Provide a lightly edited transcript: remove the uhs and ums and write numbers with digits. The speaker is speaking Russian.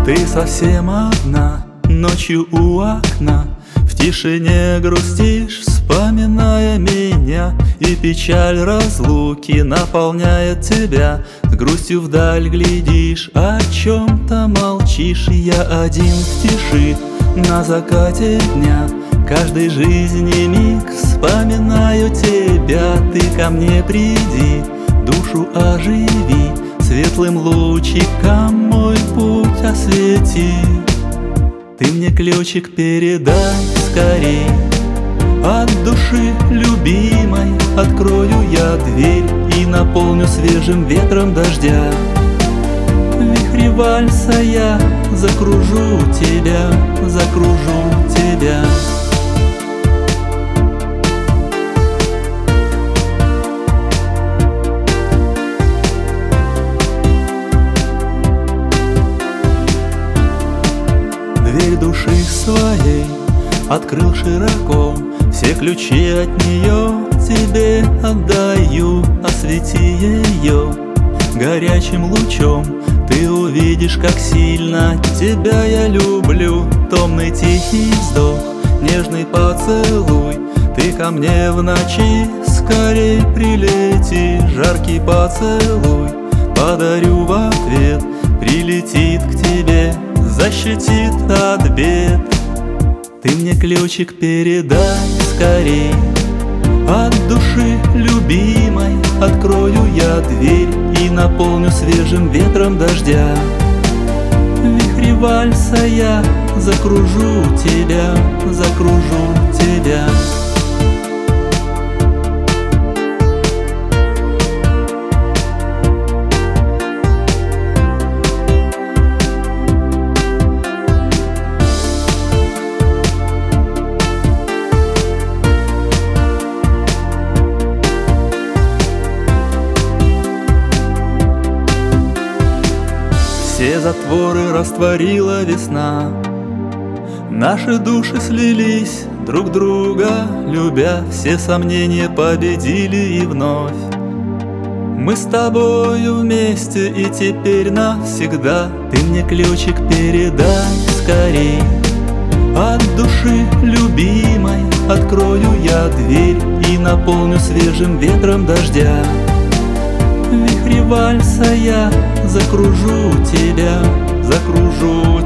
Ты совсем одна, ночью у окна, в тишине грустишь, вспоминая меня. И печаль разлуки наполняет тебя. С грустью вдаль глядишь, о чем-то молчишь. И я один в тиши на закате дня, каждый жизни миг вспоминаю тебя. Ты ко мне приди, душу оживи, светлым лучиком мой путь освети. Ты мне ключик передай скорей, от души любимой открою я дверь и наполню свежим ветром дождя. В вихре вальса я закружу тебя, закружу тебя. Дверь души своей открыл широко, все ключи от нее тебе отдаю. Освети ее горячим лучом, ты увидишь, как сильно тебя я люблю. Томный тихий вздох, нежный поцелуй, ты ко мне в ночи скорей прилети. Жаркий поцелуй подарю в ответ, прилетит к тебе, защитит от бед. Ты мне ключик передай скорей, от души любимой открою я дверь и наполню свежим ветром дождя. В вихре вальса я закружу тебя, закружу тебя. Все затворы растворила весна, наши души слились, друг друга любя. Все сомнения победили и вновь мы с тобою вместе и теперь навсегда. Ты мне ключик передай скорей, от души любимой открою я дверь и наполню свежим ветром дождя. В вихре вальса я закружу тебя, закружу